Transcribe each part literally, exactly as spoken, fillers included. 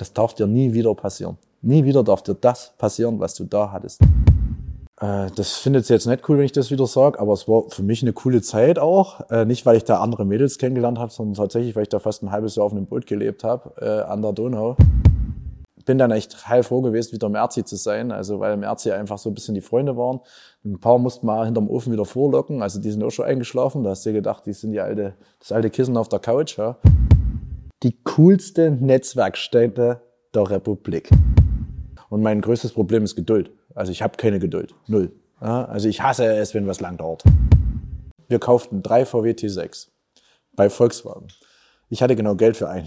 Das darf dir nie wieder passieren. Nie wieder darf dir das passieren, was du da hattest. Äh, das findet sie jetzt nicht cool, wenn ich das wieder sage, aber es war für mich eine coole Zeit auch. Äh, nicht, weil ich da andere Mädels kennengelernt habe, sondern tatsächlich, weil ich da fast ein halbes Jahr auf einem Boot gelebt habe, äh, an der Donau. Bin dann echt heilfroh gewesen, wieder im Erzi zu sein, also weil im Erzi einfach so ein bisschen die Freunde waren. Ein paar mussten mal hinterm Ofen wieder vorlocken, also die sind auch schon eingeschlafen. Da hast du dir gedacht, die sind die alte, das alte Kissen auf der Couch. Ja. Die coolste Netzwerkstätte der Republik. Und mein größtes Problem ist Geduld. Also ich habe keine Geduld, null. Ja, also ich hasse es, wenn was lang dauert. Wir kauften drei V W T sechs bei Volkswagen. Ich hatte genau Geld für einen.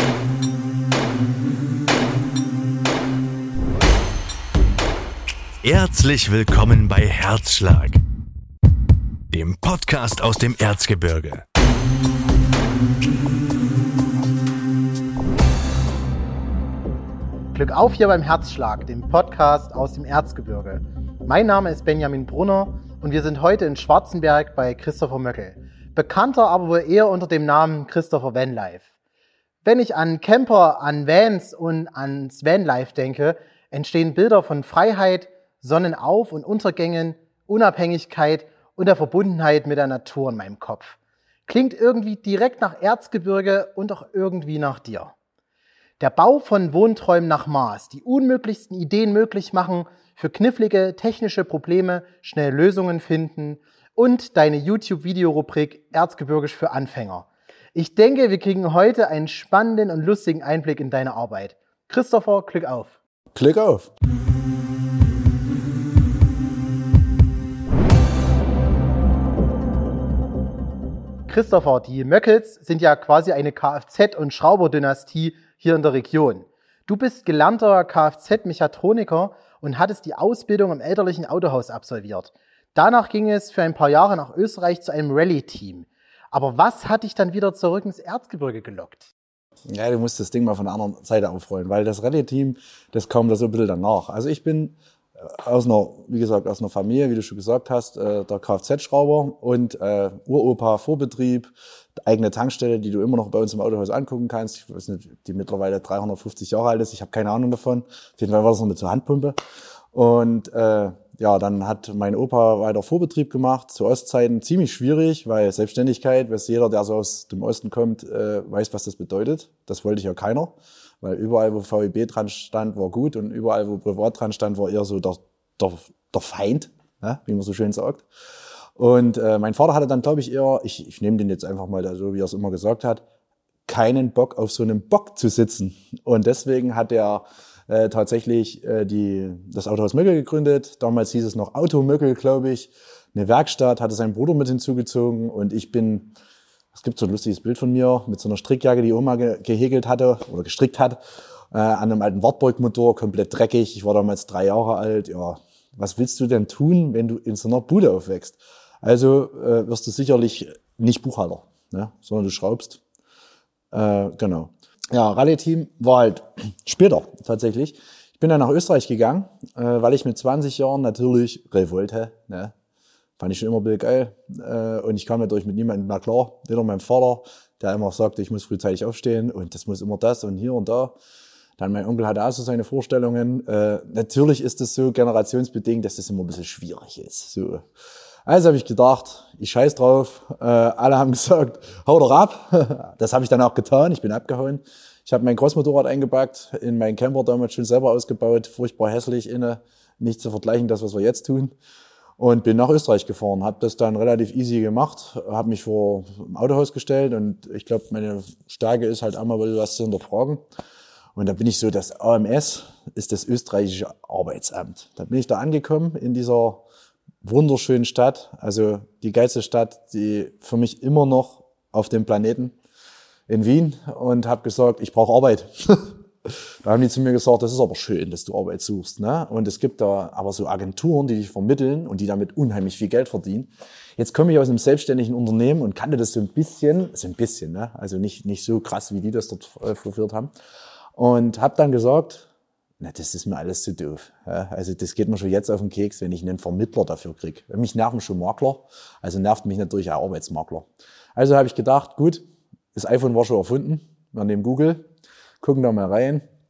Herzlich willkommen bei Herzschlag, dem Podcast aus dem Erzgebirge. Glück auf hier beim Herzschlag, dem Podcast aus dem Erzgebirge. Mein Name ist Benjamin Brunner und wir sind heute in Schwarzenberg bei Christopher Möckel. Bekannter aber wohl eher unter dem Namen Christopher Vanlife. Wenn ich an Camper, an Vans und ans Vanlife denke, entstehen Bilder von Freiheit, Sonnenauf- und Untergängen, Unabhängigkeit und der Verbundenheit mit der Natur in meinem Kopf. Klingt irgendwie direkt nach Erzgebirge und auch irgendwie nach dir. Der Bau von Wohnträumen nach Maß, die unmöglichsten Ideen möglich machen, für knifflige technische Probleme schnell Lösungen finden und deine YouTube-Videorubrik Erzgebirgisch für Anfänger. Ich denke, wir kriegen heute einen spannenden und lustigen Einblick in deine Arbeit. Christopher, Glück auf! Glück auf! Christopher, die Möckels sind ja quasi eine Kfz- und Schrauberdynastie hier in der Region. Du bist gelernter Kfz-Mechatroniker und hattest die Ausbildung im elterlichen Autohaus absolviert. Danach ging es für ein paar Jahre nach Österreich zu einem Rallye-Team. Aber was hat dich dann wieder zurück ins Erzgebirge gelockt? Ja, du musst das Ding mal von der anderen Seite aufrollen, weil das Rallye-Team, das kam da so ein bisschen danach. Also ich bin aus einer, wie gesagt, aus einer Familie, wie du schon gesagt hast, äh, der Kfz-Schrauber und äh, Uropa Vorbetrieb, eigene Tankstelle, die du immer noch bei uns im Autohaus angucken kannst. Ich weiß nicht, die mittlerweile dreihundertfünfzig Jahre alt ist. Ich habe keine Ahnung davon. Auf jeden Fall war das noch mit so Handpumpe. Und äh, ja, dann hat mein Opa weiter Vorbetrieb gemacht, zu Ostzeiten ziemlich schwierig, weil Selbstständigkeit, weiß jeder, der so aus dem Osten kommt, äh, weiß, was das bedeutet. Das wollte ich ja keiner. Weil überall, wo V E B dran stand, war gut und überall, wo Privat dran stand, war eher so der, der, der Feind, ne? Wie man so schön sagt. Und äh, mein Vater hatte dann, glaube ich, eher, ich, ich nehme den jetzt einfach mal da so, wie er es immer gesagt hat, keinen Bock auf so einem Bock zu sitzen. Und deswegen hat er äh, tatsächlich äh, die, das Autohaus Möckel gegründet. Damals hieß es noch Auto Möckel, glaube ich. Eine Werkstatt, hatte seinen Bruder mit hinzugezogen und ich bin... Es gibt so ein lustiges Bild von mir mit so einer Strickjacke, die Oma ge- gehäkelt hatte oder gestrickt hat, äh, an einem alten Wartburg-Motor, komplett dreckig. Ich war damals drei Jahre alt. Ja, was willst du denn tun, wenn du in so einer Bude aufwächst? Also äh, wirst du sicherlich nicht Buchhalter, ne? Sondern du schraubst. Äh, genau. Ja, Rallye-Team war halt später tatsächlich. Ich bin dann nach Österreich gegangen, äh, weil ich mit zwanzig Jahren natürlich Revolte, ne? Fand ich schon immer ein bisschen geil. Und ich kam natürlich mit niemandem mehr klar. Weder meinem Vater, der immer sagte, ich muss frühzeitig aufstehen und das muss immer das und hier und da. Dann mein Onkel hatte auch so seine Vorstellungen. Äh, natürlich ist es so generationsbedingt, dass das immer ein bisschen schwierig ist. So. Also habe ich gedacht, ich scheiß drauf. Äh, alle haben gesagt, hau doch ab. Das habe ich dann auch getan. Ich bin abgehauen. Ich habe mein Großmotorrad eingepackt, in meinen Camper damals schon selber ausgebaut. Furchtbar hässlich inne. Nicht zu vergleichen, das, was wir jetzt tun. Und bin nach Österreich gefahren, habe das dann relativ easy gemacht, habe mich vor dem Autohaus gestellt und ich glaube, meine Stärke ist halt einmal was zu hinterfragen. Und da bin ich so, das A M S ist das österreichische Arbeitsamt. Da bin ich da angekommen in dieser wunderschönen Stadt, also die geilste Stadt, die für mich immer noch auf dem Planeten, in Wien, und habe gesagt, ich brauche Arbeit. Da haben die zu mir gesagt, das ist aber schön, dass du Arbeit suchst, ne? Und es gibt da aber so Agenturen, die dich vermitteln und die damit unheimlich viel Geld verdienen. Jetzt komme ich aus einem selbstständigen Unternehmen und kannte das so ein bisschen, so ein bisschen, ne? Also nicht nicht so krass, wie die das dort äh, verführt haben. Und habe dann gesagt, na, das ist mir alles zu doof. Ja? Also das geht mir schon jetzt auf den Keks, wenn ich einen Vermittler dafür kriege. Mich nerven schon Makler, also nervt mich natürlich auch Arbeitsmakler. Also habe ich gedacht, gut, das iPhone war schon erfunden, wir nehmen Google, gucken da mal rein.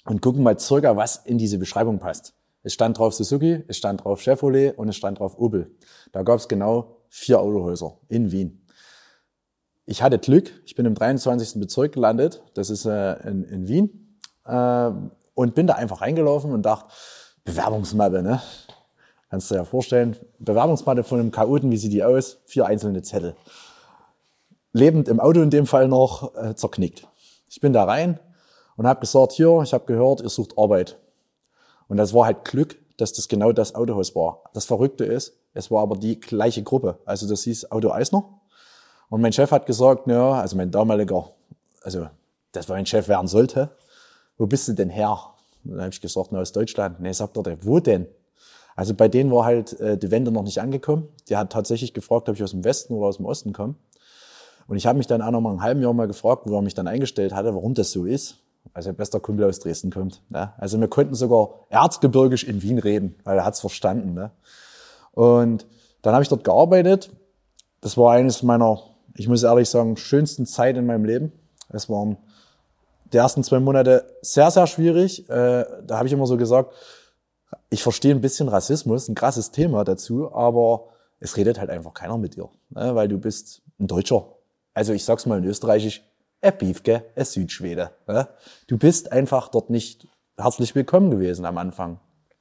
und gucken mal circa, was in diese Beschreibung passt. Es stand drauf Suzuki, es stand drauf Chevrolet und es stand drauf Opel. Da gab es genau vier Autohäuser in Wien. Ich hatte Glück, ich bin im dreiundzwanzigsten Bezirk gelandet, das ist äh, in, in Wien, äh, und bin da einfach reingelaufen und dachte, Bewerbungsmappe, ne? Kannst du dir ja vorstellen, Bewerbungsmappe von einem Chaoten, wie sieht die aus? Vier einzelne Zettel. Lebend im Auto in dem Fall noch, äh, zerknickt. Ich bin da rein und habe gesagt, hier, ich habe gehört, ihr sucht Arbeit. Und das war halt Glück, dass das genau das Autohaus war. Das Verrückte ist, es war aber die gleiche Gruppe. Also das hieß Auto Eisner. Und mein Chef hat gesagt, ja, also mein damaliger, also das war mein Chef werden sollte, wo bist du denn her? Und dann habe ich gesagt, na, aus Deutschland. Nee, sagt er, wo denn? Also bei denen war halt äh, die Wende noch nicht angekommen. Die hat tatsächlich gefragt, ob ich aus dem Westen oder aus dem Osten komme. Und ich habe mich dann auch noch mal ein halben Jahr mal gefragt, wo er mich dann eingestellt hatte, warum das so ist. Also ein bester Kumpel aus Dresden kommt. Ne? Also wir konnten sogar erzgebirgisch in Wien reden, weil er hat's verstanden. Ne? Und dann habe ich dort gearbeitet. Das war eines meiner, ich muss ehrlich sagen, schönsten Zeit in meinem Leben. Es waren die ersten zwei Monate sehr, sehr schwierig. Äh, da habe ich immer so gesagt, ich verstehe ein bisschen Rassismus, ein krasses Thema dazu, aber es redet halt einfach keiner mit dir, ne? Weil du bist ein Deutscher. Also ich sag's mal in Österreichisch, ein Biefke, ein Südschwede. Ne? Du bist einfach dort nicht herzlich willkommen gewesen am Anfang.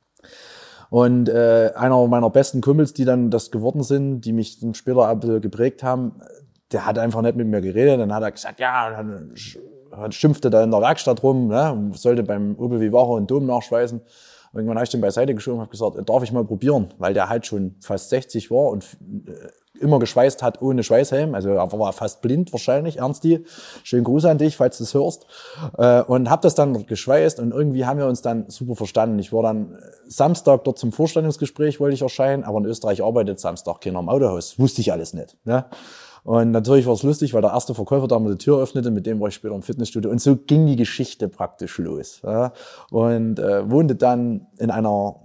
Und äh, einer meiner besten Kumpels, die dann das geworden sind, die mich dann später ein bisschen geprägt haben, der hat einfach nicht mit mir geredet. Dann hat er gesagt, ja, dann schimpfte da in der Werkstatt rum, ne? Sollte beim Opel Vivaro und Dom nachschweißen. Und irgendwann habe ich den beiseite geschoben und habe gesagt, darf ich mal probieren, weil der halt schon fast sechzig war und immer geschweißt hat ohne Schweißhelm. Also er war fast blind wahrscheinlich, Ernsti. Schönen Gruß an dich, falls du es hörst. Und habe das dann geschweißt und irgendwie haben wir uns dann super verstanden. Ich war dann Samstag dort zum Vorstellungsgespräch, wollte ich erscheinen, aber in Österreich arbeitet Samstag keiner im Autohaus. Wusste ich alles nicht. Ne? Und natürlich war es lustig, weil der erste Verkäufer da mal die Tür öffnete, mit dem war ich später im Fitnessstudio. Und so ging die Geschichte praktisch los. Ja? Und äh, wohnte dann in einer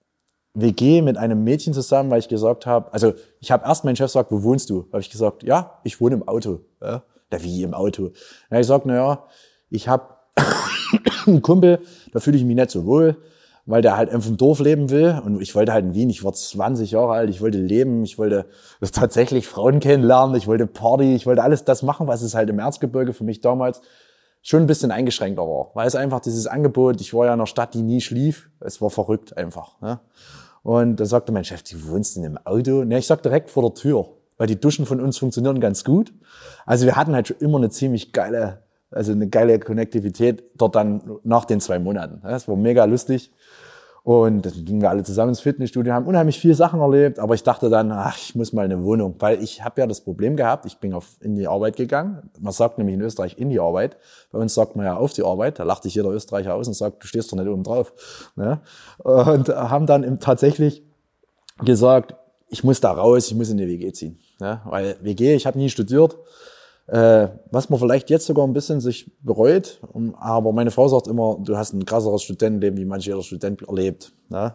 W G mit einem Mädchen zusammen, weil ich gesagt habe, also ich habe erst meinen Chef gesagt, wo wohnst du? Habe ich gesagt, ja, ich wohne im Auto. Ja, da wie im Auto. Dann habe ich gesagt, naja, ich habe einen Kumpel, da fühle ich mich nicht so wohl, weil der halt einfach im Dorf leben will. Und ich wollte halt in Wien, ich war zwanzig Jahre alt, ich wollte leben, ich wollte tatsächlich Frauen kennenlernen, ich wollte Party, ich wollte alles das machen, was es halt im Erzgebirge für mich damals schon ein bisschen eingeschränkter war. Weil es einfach dieses Angebot, ich war ja in einer Stadt, die nie schlief, es war verrückt einfach. Ne? Und da sagte mein Chef, du wohnst denn im Auto? Ne, ich sag direkt vor der Tür, weil die Duschen von uns funktionieren ganz gut. Also wir hatten halt schon immer eine ziemlich geile, also eine geile Konnektivität dort dann nach den zwei Monaten. Das war mega lustig. Und dann gingen wir alle zusammen ins Fitnessstudio, haben unheimlich viele Sachen erlebt, aber ich dachte dann, ach, ich muss mal eine Wohnung, weil ich habe ja das Problem gehabt, ich bin auf in die Arbeit gegangen. Man sagt nämlich in Österreich in die Arbeit. Bei uns sagt man ja auf die Arbeit. Da lacht sich jeder Österreicher aus und sagt, du stehst doch nicht oben drauf. Ne? Und haben dann tatsächlich gesagt, ich muss da raus, ich muss in die W G ziehen. Ne? Weil W G, ich habe nie studiert. Äh, was man vielleicht jetzt sogar ein bisschen sich bereut, um, aber meine Frau sagt immer, du hast ein krasseres Studentenleben, wie manch jeder Student erlebt. Ne?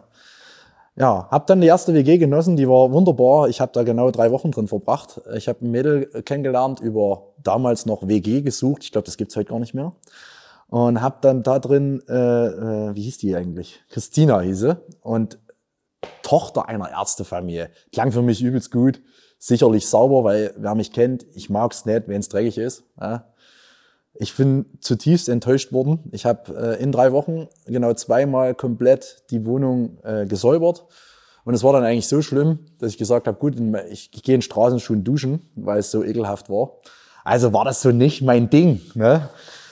Ja, habe dann die erste W G genossen, die war wunderbar. Ich habe da genau drei Wochen drin verbracht. Ich habe ein Mädel kennengelernt, über damals noch W G gesucht. Ich glaube, das gibt's heute gar nicht mehr. Und habe dann da drin, äh, äh, wie hieß die eigentlich? Christina hieß sie. Und Tochter einer Ärztefamilie. Klang für mich übelst gut. Sicherlich sauber, weil wer mich kennt, ich mag's nicht, wenn es dreckig ist. Ja. Ich bin zutiefst enttäuscht worden. Ich habe äh, in drei Wochen genau zweimal komplett die Wohnung äh, gesäubert. Und es war dann eigentlich so schlimm, dass ich gesagt habe, gut, ich, ich gehe in Straßenschuhen duschen, weil es so ekelhaft war. Also war das so nicht mein Ding. Ne?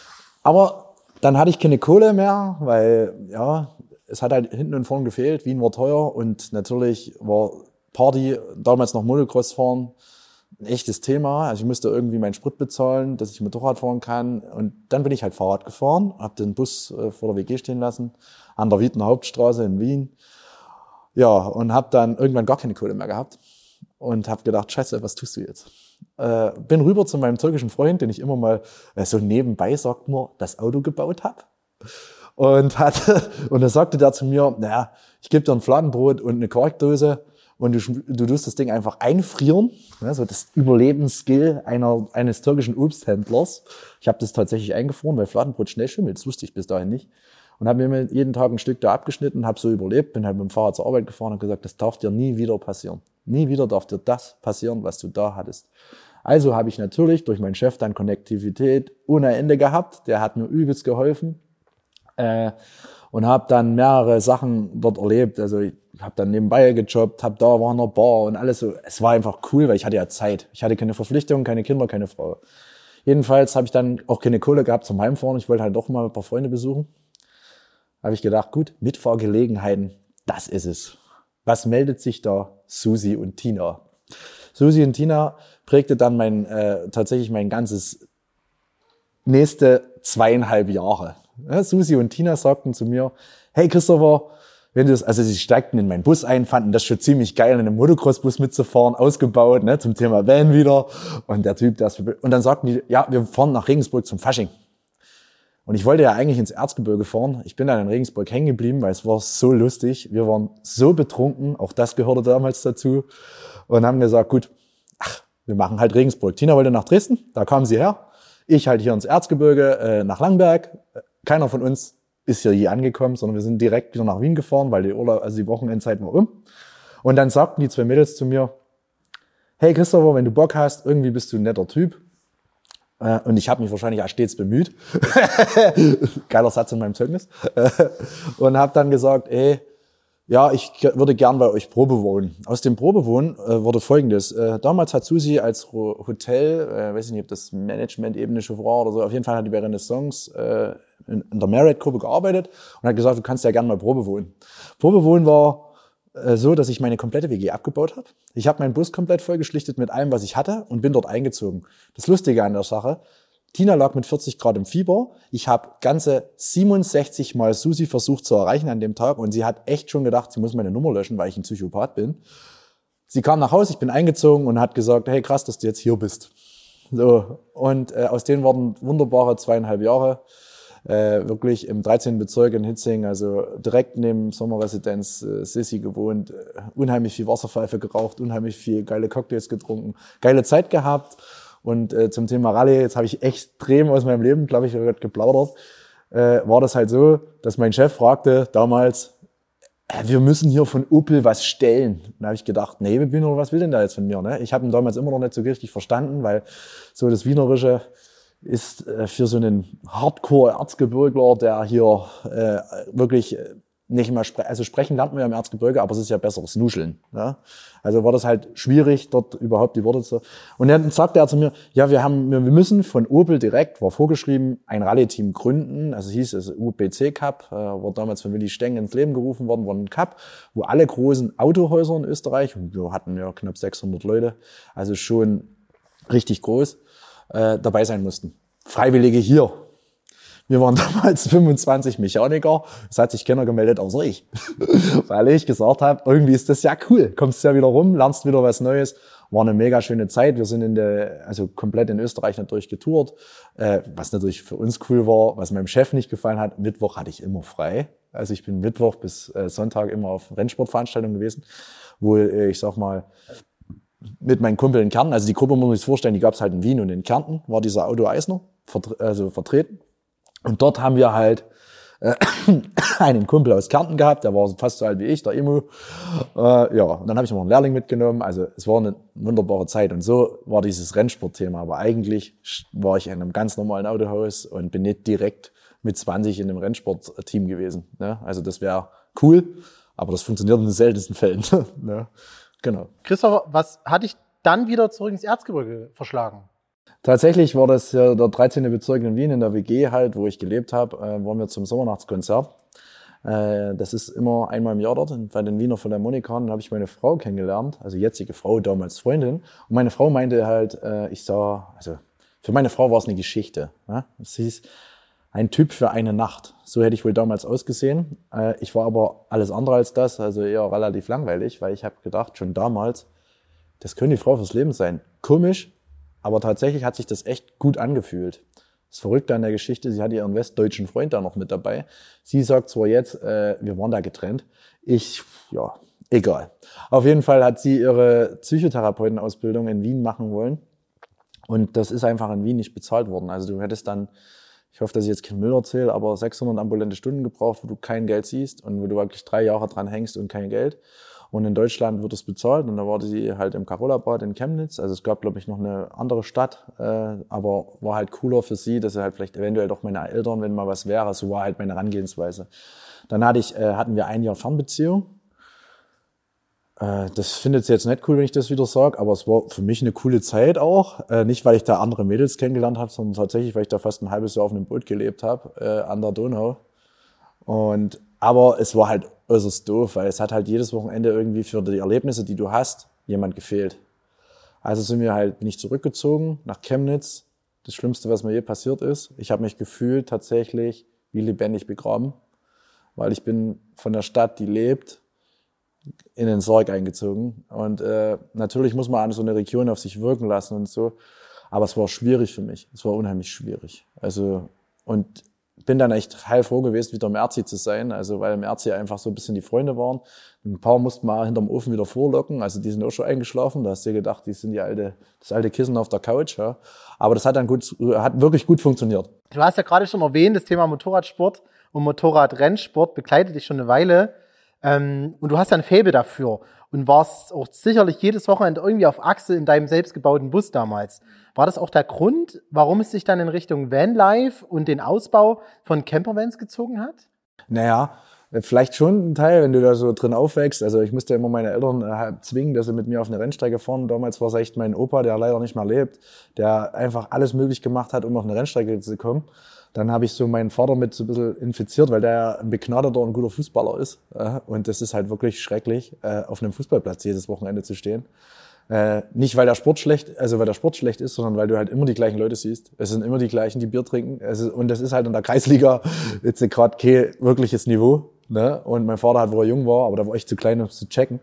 Aber dann hatte ich keine Kohle mehr, weil ja, es hat halt hinten und vorn gefehlt. Wien war teuer und natürlich war Party, damals noch Motocross fahren, ein echtes Thema. Also ich musste irgendwie meinen Sprit bezahlen, dass ich mit Motorrad fahren kann. Und dann bin ich halt Fahrrad gefahren, habe den Bus vor der W G stehen lassen, an der Wiedener Hauptstraße in Wien. Ja, und habe dann irgendwann gar keine Kohle mehr gehabt und habe gedacht, scheiße, was tust du jetzt? Äh, bin rüber zu meinem türkischen Freund, den ich immer mal äh, so nebenbei, sagt man, das Auto gebaut habe. Und, hatte, und da sagte der zu mir, naja, ich gebe dir ein Fladenbrot und eine Korkdose, und du, du tust das Ding einfach einfrieren, ne, so das Überlebensskill einer, eines türkischen Obsthändlers. Ich habe das tatsächlich eingefroren, weil Fladenbrot schnell schimmelt, das wusste ich bis dahin nicht. und habe mir jeden Tag ein Stück da abgeschnitten, habe so überlebt, bin halt mit dem Fahrrad zur Arbeit gefahren und gesagt, das darf dir nie wieder passieren. Nie wieder darf dir das passieren, was du da hattest. Also habe ich natürlich durch meinen Chef dann Konnektivität ohne Ende gehabt. Der hat mir übelst geholfen äh, und habe dann mehrere Sachen dort erlebt. Also ich habe dann nebenbei gejobbt, habe da war eine Bar und alles so. Es war einfach cool, weil ich hatte ja Zeit. Ich hatte keine Verpflichtungen, keine Kinder, keine Frau. Jedenfalls habe ich dann auch keine Kohle gehabt zum Heimfahren. Ich wollte halt doch mal ein paar Freunde besuchen. Habe ich gedacht, gut, Mitfahrgelegenheiten, das ist es. Was meldet sich da? Susi und Tina. Susi und Tina prägte dann mein äh, tatsächlich mein ganzes nächste zweieinhalb Jahre. Ja, Susi und Tina sagten zu mir, hey Christopher, wenn du das, also sie steigten in meinen Bus ein, fanden das schon ziemlich geil, in einem Motocross-Bus mitzufahren, ausgebaut, ne, zum Thema Van wieder. Und der Typ, der ist, und dann sagten die, ja, wir fahren nach Regensburg zum Fasching. Und ich wollte ja eigentlich ins Erzgebirge fahren. Ich bin dann in Regensburg hängen geblieben, weil es war so lustig. Wir waren so betrunken, auch das gehörte damals dazu. Und haben gesagt, gut, ach, wir machen halt Regensburg. Tina wollte nach Dresden, da kam sie her. Ich halt hier ins Erzgebirge, äh, nach Langberg. Keiner von uns ist hier je angekommen, sondern wir sind direkt wieder nach Wien gefahren, weil die Urlaub, also die Wochenendzeit war um. Und dann sagten die zwei Mädels zu mir, hey Christopher, wenn du Bock hast, irgendwie bist du ein netter Typ. Und ich habe mich wahrscheinlich auch stets bemüht. Geiler Satz in meinem Zeugnis. Und habe dann gesagt, ey, ja, ich würde gern bei euch Probe wohnen. Aus dem Probewohnen äh, wurde Folgendes. Äh, damals hat Susi als Hotel, äh, weiß ich nicht, ob das Management-Ebene schon war oder so, auf jeden Fall hat die bei Renaissance äh, in, in der Marriott-Gruppe gearbeitet und hat gesagt, du kannst ja gern mal Probe wohnen. Probe wohnen war äh, so, dass ich meine komplette W G abgebaut habe. Ich habe meinen Bus komplett vollgeschlichtet mit allem, was ich hatte und bin dort eingezogen. Das Lustige an der Sache, Tina lag mit vierzig Grad im Fieber. Ich habe ganze siebenundsechzig Mal Susi versucht zu erreichen an dem Tag und sie hat echt schon gedacht, sie muss meine Nummer löschen, weil ich ein Psychopath bin. Sie kam nach Hause, ich bin eingezogen und hat gesagt, hey krass, dass du jetzt hier bist. So, und äh, aus denen wurden wunderbare zweieinhalb Jahre, äh, wirklich im dreizehnten Bezirk in Hitzing, also direkt neben Sommerresidenz äh, Sissi gewohnt, äh, unheimlich viel Wasserpfeife geraucht, unheimlich viel geile Cocktails getrunken, geile Zeit gehabt. Und äh, zum Thema Rallye, jetzt habe ich extrem aus meinem Leben, glaube ich, gerade geplaudert, äh, war das halt so, dass mein Chef fragte damals, äh, wir müssen hier von Opel was stellen. Und da habe ich gedacht, nee, Bühner, was will denn da jetzt von mir? Ne? Ich habe ihn damals immer noch nicht so richtig verstanden, weil so das Wienerische ist äh, für so einen Hardcore-Erzgebirgler, der hier äh, wirklich nicht mehr sprechen, also sprechen lernt man ja im Erzgebirge, aber es ist ja besser, das Nuscheln. Ja? Also war das halt schwierig, dort überhaupt die Worte zu... Und dann sagte er zu mir, ja, wir haben, wir müssen von Opel direkt, war vorgeschrieben, ein Rallye-Team gründen. Also hieß es U B C Cup, äh, war damals von Willi Steng ins Leben gerufen worden, war ein Cup, wo alle großen Autohäuser in Österreich, und wir hatten ja knapp sechshundert Leute, also schon richtig groß, äh, dabei sein mussten. Freiwillige hier. Wir waren damals fünfundzwanzig Mechaniker, es hat sich keiner gemeldet, außer ich. Weil ich gesagt habe, irgendwie ist das ja cool. Kommst ja wieder rum, lernst wieder was Neues. War eine mega schöne Zeit. Wir sind in der, also komplett in Österreich natürlich getourt. Äh, was natürlich für uns cool war, was meinem Chef nicht gefallen hat. Mittwoch hatte ich immer frei. Also ich bin Mittwoch bis äh, Sonntag immer auf Rennsportveranstaltungen gewesen, wo äh, ich sag mal, mit meinen Kumpel in Kärnten, also die Gruppe muss man sich vorstellen, die gab es halt in Wien und in Kärnten, war dieser Auto Eisner vertre- also vertreten. Und dort haben wir halt äh, einen Kumpel aus Kärnten gehabt, der war fast so alt wie ich, der Imo. Äh, ja, und dann habe ich noch einen Lehrling mitgenommen. Also es war eine wunderbare Zeit. Und so war dieses Rennsportthema. Aber eigentlich war ich in einem ganz normalen Autohaus und bin nicht direkt mit zwanzig in einem Rennsportteam gewesen. Ne? Also das wäre cool, aber das funktioniert in den seltensten Fällen. Ne? Genau. Christopher, was hat dich dann wieder zurück ins Erzgebirge verschlagen? Tatsächlich war das ja der dreizehnte Bezirk in Wien, in der W G halt, wo ich gelebt habe, äh, waren wir zum Sommernachtskonzert. Äh, das ist immer einmal im Jahr dort bei den Wiener Philharmonikern. Da habe ich meine Frau kennengelernt, also jetzige Frau, damals Freundin. Und meine Frau meinte halt, äh, ich sah, also für meine Frau war es eine Geschichte. Ne? Es hieß, ein Typ für eine Nacht. So hätte ich wohl damals ausgesehen. Äh, ich war aber alles andere als das, also eher relativ langweilig, weil ich habe gedacht, schon damals, das könnte die Frau fürs Leben sein. Komisch. Aber tatsächlich hat sich das echt gut angefühlt. Das Verrückte an der Geschichte, sie hatte ihren westdeutschen Freund da noch mit dabei. Sie sagt zwar jetzt, äh, wir waren da getrennt. Ich, ja, egal. Auf jeden Fall hat sie ihre Psychotherapeutenausbildung in Wien machen wollen. Und das ist einfach in Wien nicht bezahlt worden. Also du hättest dann ich hoffe, dass ich jetzt kein Müll erzähle, aber sechshundert ambulante Stunden gebraucht, wo du kein Geld siehst und wo du wirklich drei Jahre dran hängst und kein Geld. Und in Deutschland wird es bezahlt und da war sie halt im Carolabad in Chemnitz. Also es gab, glaube ich, noch eine andere Stadt, äh, aber war halt cooler für sie, dass sie halt vielleicht eventuell doch meine Eltern, wenn mal was wäre, so war halt meine Herangehensweise. Dann hatte ich, äh, hatten wir ein Jahr Fernbeziehung. Äh, das findet sie jetzt nicht cool, wenn ich das wieder sage, aber es war für mich eine coole Zeit auch. Äh, nicht, weil ich da andere Mädels kennengelernt habe, sondern tatsächlich, weil ich da fast ein halbes Jahr auf einem Boot gelebt habe, äh, an der Donau. Und aber es war halt äußerst doof, weil es hat halt jedes Wochenende irgendwie für die Erlebnisse, die du hast, jemand gefehlt. Also sind wir halt nicht zurückgezogen nach Chemnitz. Das Schlimmste, was mir je passiert ist. Ich habe mich gefühlt tatsächlich wie lebendig begraben, weil ich bin von der Stadt, die lebt, in den Sarg eingezogen. Und äh, natürlich muss man an so eine Region auf sich wirken lassen und so. Aber es war schwierig für mich. Es war unheimlich schwierig. Also und bin dann echt heilfroh gewesen, wieder im Erzi zu sein, also weil im Erzi einfach so ein bisschen die Freunde waren. Ein paar mussten mal hinterm Ofen wieder vorlocken, also die sind auch schon eingeschlafen. Da hast du dir gedacht, die sind die alte, das alte Kissen auf der Couch. Ja. Aber das hat dann gut, hat wirklich gut funktioniert. Du hast ja gerade schon erwähnt, das Thema Motorradsport und Motorradrennsport begleitet dich schon eine Weile. Ähm, und du hast ja ein Faible dafür und warst auch sicherlich jedes Wochenende irgendwie auf Achse in deinem selbstgebauten Bus damals. War das auch der Grund, warum es sich dann in Richtung Vanlife und den Ausbau von Campervans gezogen hat? Naja, vielleicht schon ein Teil, wenn du da so drin aufwächst. Also ich musste immer meine Eltern äh, zwingen, dass sie mit mir auf eine Rennstrecke fahren. Damals war es echt mein Opa, der leider nicht mehr lebt, der einfach alles möglich gemacht hat, um auf eine Rennstrecke zu kommen. Dann habe ich so meinen Vater mit so ein bisschen infiziert, weil der ja ein begnadeter und guter Fußballer ist. Und das ist halt wirklich schrecklich, auf einem Fußballplatz jedes Wochenende zu stehen. Nicht, weil der Sport schlecht, also weil der Sport schlecht ist, sondern weil du halt immer die gleichen Leute siehst. Es sind immer die gleichen, die Bier trinken. Und das ist halt in der Kreisliga jetzt gerade kein wirkliches Niveau. Und mein Vater hat, wo er jung war, aber da war ich zu klein, um es zu checken,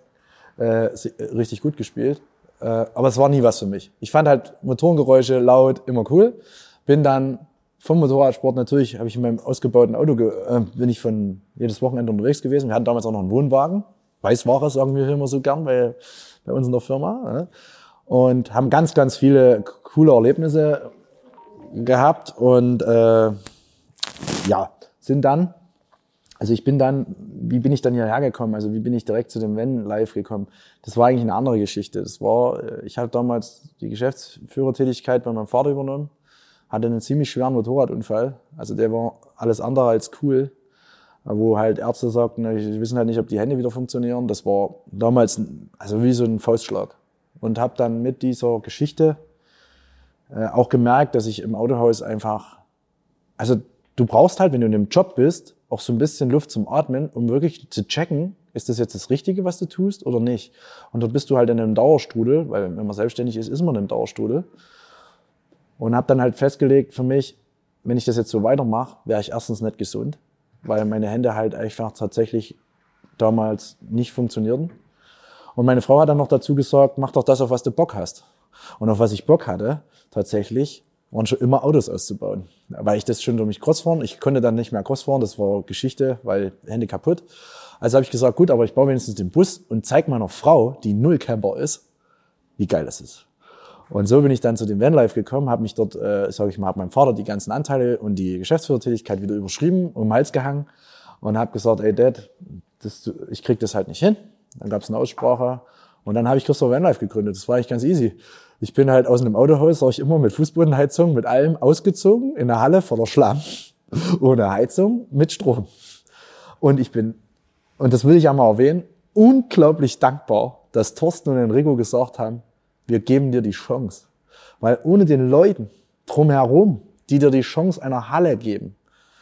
richtig gut gespielt. Aber es war nie was für mich. Ich fand halt Motorengeräusche laut immer cool. Bin dann vom Motorradsport natürlich, habe ich in meinem ausgebauten Auto, ge- äh, bin ich von jedes Wochenende unterwegs gewesen. Wir hatten damals auch noch einen Wohnwagen. Weißware sagen wir hier immer so gern bei, bei uns in der Firma. Äh. Und haben ganz, ganz viele coole Erlebnisse gehabt. Und äh, ja, sind dann, also ich bin dann, wie bin ich dann hierher gekommen? Also wie bin ich direkt zu dem Vanlife gekommen? Das war eigentlich eine andere Geschichte. Das war, ich hatte damals die Geschäftsführertätigkeit bei meinem Vater übernommen. Hatte einen ziemlich schweren Motorradunfall. Also der war alles andere als cool. Wo halt Ärzte sagten, die wissen halt nicht, ob die Hände wieder funktionieren. Das war damals also wie so ein Faustschlag. Und habe dann mit dieser Geschichte äh, auch gemerkt, dass ich im Autohaus einfach, also du brauchst halt, wenn du in einem Job bist, auch so ein bisschen Luft zum Atmen, um wirklich zu checken, ist das jetzt das Richtige, was du tust oder nicht. Und dort bist du halt in einem Dauerstrudel, weil wenn man selbstständig ist, ist man in einem Dauerstrudel. Und habe dann halt festgelegt für mich, wenn ich das jetzt so weitermache, wäre ich erstens nicht gesund, weil meine Hände halt einfach tatsächlich damals nicht funktionierten. Und meine Frau hat dann noch dazu gesagt, mach doch das, auf was du Bock hast. Und auf was ich Bock hatte, tatsächlich, waren schon immer Autos auszubauen. Weil ich das schon durch mich Crossfahren, ich konnte dann nicht mehr Crossfahren, das war Geschichte, weil Hände kaputt. Also habe ich gesagt, gut, aber ich baue wenigstens den Bus und zeige meiner Frau, die null Camper ist, wie geil das ist. Und so bin ich dann zu dem Vanlife gekommen, habe mich dort, äh, sage ich mal, habe meinem Vater die ganzen Anteile und die Geschäftsführertätigkeit wieder überschrieben, um den Hals gehangen und habe gesagt, ey Dad, das, ich krieg das halt nicht hin. Dann gab es eine Aussprache und dann habe ich Christopher Vanlife gegründet. Das war eigentlich ganz easy. Ich bin halt aus einem Autohaus, sag ich immer, mit Fußbodenheizung, mit allem ausgezogen, in der Halle voller Schlamm, ohne Heizung, mit Strom. Und ich bin, und das will ich einmal erwähnen, unglaublich dankbar, dass Thorsten und Enrico gesagt haben, wir geben dir die Chance. Weil ohne den Leuten drumherum, die dir die Chance einer Halle geben,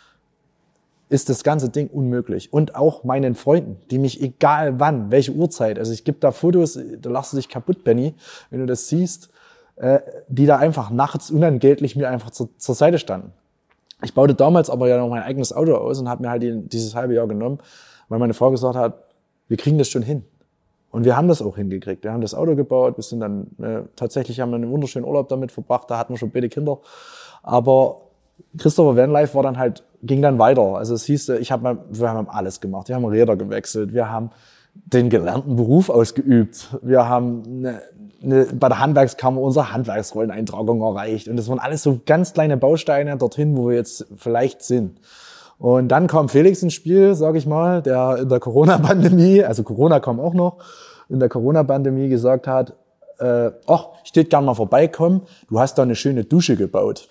ist das ganze Ding unmöglich. Und auch meinen Freunden, die mich egal wann, welche Uhrzeit, also ich gebe da Fotos, da lachst du dich kaputt, Benny, wenn du das siehst, äh, die da einfach nachts unentgeltlich mir einfach zur, zur Seite standen. Ich baute damals aber ja noch mein eigenes Auto aus und habe mir halt die, dieses halbe Jahr genommen, weil meine Frau gesagt hat, wir kriegen das schon hin. Und wir haben das auch hingekriegt. Wir haben das Auto gebaut, wir sind dann, äh, tatsächlich haben wir einen wunderschönen Urlaub damit verbracht, da hatten wir schon beide Kinder. Aber Christopher Vanlife war dann halt, ging dann weiter. Also es hieß, ich hab, wir haben alles gemacht. Wir haben Räder gewechselt, wir haben den gelernten Beruf ausgeübt, wir haben eine, eine, bei der Handwerkskammer unsere Handwerksrolleneintragung erreicht. Und das waren alles so ganz kleine Bausteine dorthin, wo wir jetzt vielleicht sind. Und dann kam Felix ins Spiel, sage ich mal, der in der Corona-Pandemie, also Corona kam auch noch, in der Corona-Pandemie gesagt hat, äh, ach, ich würde gerne mal vorbeikommen, du hast da eine schöne Dusche gebaut.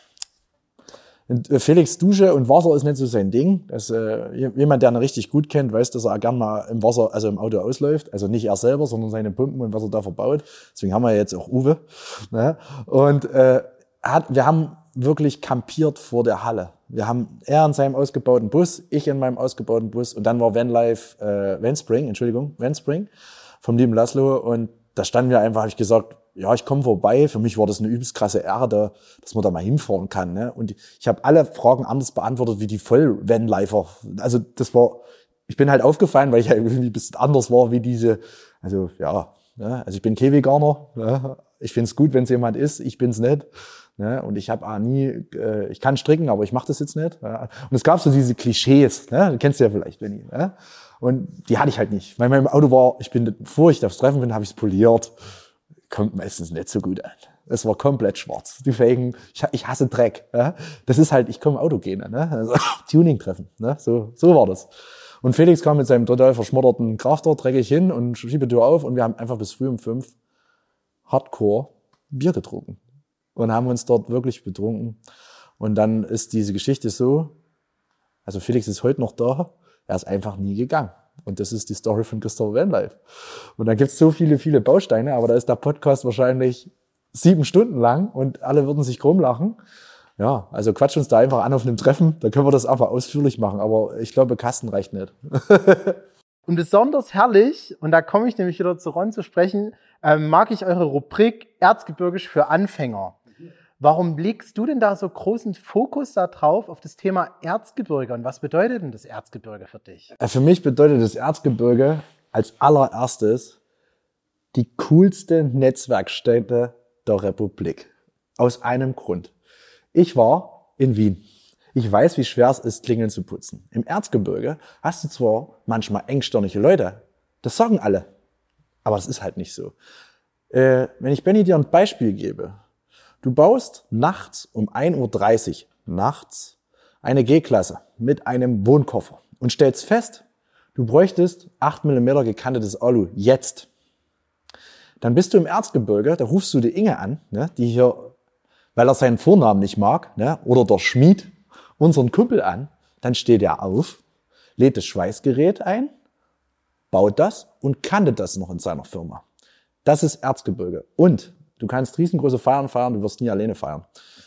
Und Felix Dusche und Wasser ist nicht so sein Ding. Das, äh, jemand, der ihn richtig gut kennt, weiß, dass er auch gern mal im Wasser, also im Auto ausläuft. Also nicht er selber, sondern seine Pumpen und was er da verbaut. Deswegen haben wir jetzt auch Uwe. Ne? Und äh, hat, wir haben wirklich kampiert vor der Halle. Wir haben er in seinem ausgebauten Bus, ich in meinem ausgebauten Bus und dann war Vanlife, äh, Vanspring, Entschuldigung, Vanspring vom lieben Laszlo und da standen wir einfach, habe ich gesagt, ja, ich komme vorbei. Für mich war das eine übelst krasse Ehre, da, dass man da mal hinfahren kann. Ne? Und ich habe alle Fragen anders beantwortet wie die Voll-Vanlifer. Also das war, ich bin halt aufgefallen, weil ich halt irgendwie ein bisschen anders war wie diese, also ja, ne? Also ich bin kein Veganer. Ne? Ich find's gut, wenn es jemand ist, ich bin's nicht. Ne? Und ich habe auch nie, äh, ich kann stricken, aber ich mache das jetzt nicht. Ja? Und es gab so diese Klischees, ne? Du kennst du ja vielleicht, Benni. Ne? Und die hatte ich halt nicht. Weil mein Auto war, ich bin, bevor ich aufs Treffen bin, habe ich es poliert. Kommt meistens nicht so gut an. Es war komplett schwarz. Die Felgen, ich, ich hasse Dreck. Ja? Das ist halt, ich komme Auto gehen, ne? Also, Tuning-Treffen. Ne? So, so war das. Und Felix kam mit seinem total verschmotterten Crafter dreckig hin und Schiebetür auf und wir haben einfach bis früh um fünf Hardcore Bier getrunken. Und haben uns dort wirklich betrunken. Und dann ist diese Geschichte so, also Felix ist heute noch da, er ist einfach nie gegangen. Und das ist die Story von Christopher Vanlife. Und dann gibt's so viele, viele Bausteine, aber da ist der Podcast wahrscheinlich sieben Stunden lang und alle würden sich krumm lachen. Ja, also quatsch uns da einfach an auf einem Treffen, da können wir das einfach ausführlich machen, aber ich glaube, Kasten reicht nicht. Und besonders herrlich, und da komme ich nämlich wieder zu Ron zu sprechen, ähm, mag ich eure Rubrik Erzgebirgisch für Anfänger. Warum legst du denn da so großen Fokus da drauf auf das Thema Erzgebirge? Und was bedeutet denn das Erzgebirge für dich? Für mich bedeutet das Erzgebirge als allererstes die coolste Netzwerkstätte der Republik. Aus einem Grund. Ich war in Wien. Ich weiß, wie schwer es ist, Klingeln zu putzen. Im Erzgebirge hast du zwar manchmal engstirnige Leute, das sagen alle, aber es ist halt nicht so. Äh, wenn ich Benni dir ein Beispiel gebe, du baust nachts um ein Uhr dreißig nachts eine G-Klasse mit einem Wohnkoffer und stellst fest, du bräuchtest acht Millimeter gekantetes Alu jetzt. Dann bist du im Erzgebirge, da rufst du die Inge an, ne, die hier, weil er seinen Vornamen nicht mag, ne, oder der Schmied, unseren Kumpel an, dann steht er auf, lädt das Schweißgerät ein, baut das und kantet das noch in seiner Firma. Das ist Erzgebirge. Und du kannst riesengroße Feiern feiern, du wirst nie alleine feiern.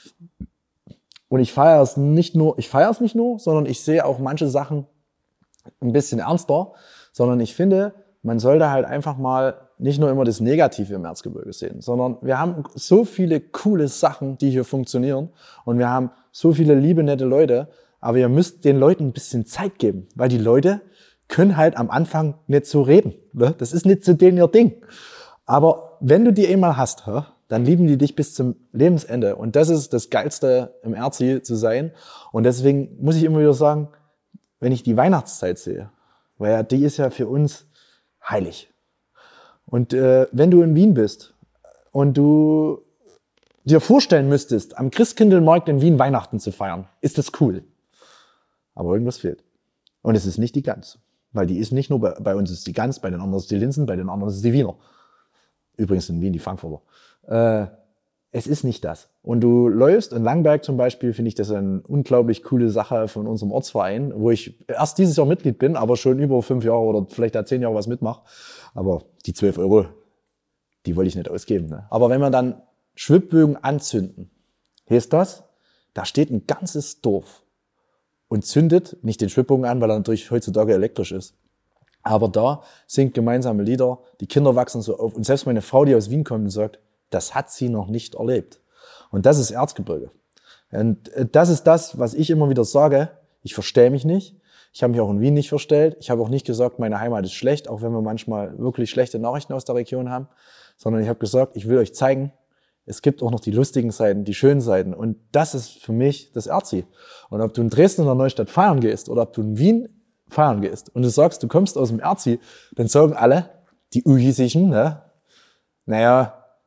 Und ich feiere es nicht nur, ich feiere es nicht nur, sondern ich sehe auch manche Sachen ein bisschen ernster, sondern ich finde, man sollte halt einfach mal nicht nur immer das Negative im Erzgebirge sehen, sondern wir haben so viele coole Sachen, die hier funktionieren und wir haben so viele liebe, nette Leute, aber ihr müsst den Leuten ein bisschen Zeit geben, weil die Leute können halt am Anfang nicht so reden. Ne? Das ist nicht so denen ihr Ding. Aber wenn du die einmal hast, dann lieben die dich bis zum Lebensende. Und das ist das Geilste im Erzi zu sein. Und deswegen muss ich immer wieder sagen, wenn ich die Weihnachtszeit sehe, weil ja, die ist ja für uns heilig. Und äh, wenn du in Wien bist und du dir vorstellen müsstest, am Christkindlmarkt in Wien Weihnachten zu feiern, ist das cool. Aber irgendwas fehlt. Und es ist nicht die Gans. Weil die ist nicht nur bei, bei uns ist die Gans, bei den anderen ist die Linsen, bei den anderen ist die Wiener. Übrigens in Wien die Frankfurter. Äh, es ist nicht das. Und du läufst in Langberg zum Beispiel, finde ich das eine unglaublich coole Sache von unserem Ortsverein, wo ich erst dieses Jahr Mitglied bin, aber schon über fünf Jahre oder vielleicht da zehn Jahre was mitmache. Aber die zwölf Euro, die wollte ich nicht ausgeben. Ne? Aber wenn wir dann Schwibbögen anzünden, heißt das, da steht ein ganzes Dorf und zündet nicht den Schwibbogen an, weil er natürlich heutzutage elektrisch ist. Aber da singt gemeinsame Lieder, die Kinder wachsen so auf. Und selbst meine Frau, die aus Wien kommt und sagt, das hat sie noch nicht erlebt. Und das ist Erzgebirge. Und das ist das, was ich immer wieder sage. Ich verstell mich nicht. Ich habe mich auch in Wien nicht verstellt. Ich habe auch nicht gesagt, meine Heimat ist schlecht, auch wenn wir manchmal wirklich schlechte Nachrichten aus der Region haben. Sondern ich habe gesagt, ich will euch zeigen, es gibt auch noch die lustigen Seiten, die schönen Seiten. Und das ist für mich das Erzi. Und ob du in Dresden oder Neustadt feiern gehst oder ob du in Wien feiern gehst und du sagst, du kommst aus dem Erzi, dann sagen alle, die Uhisischen, ne? Naja,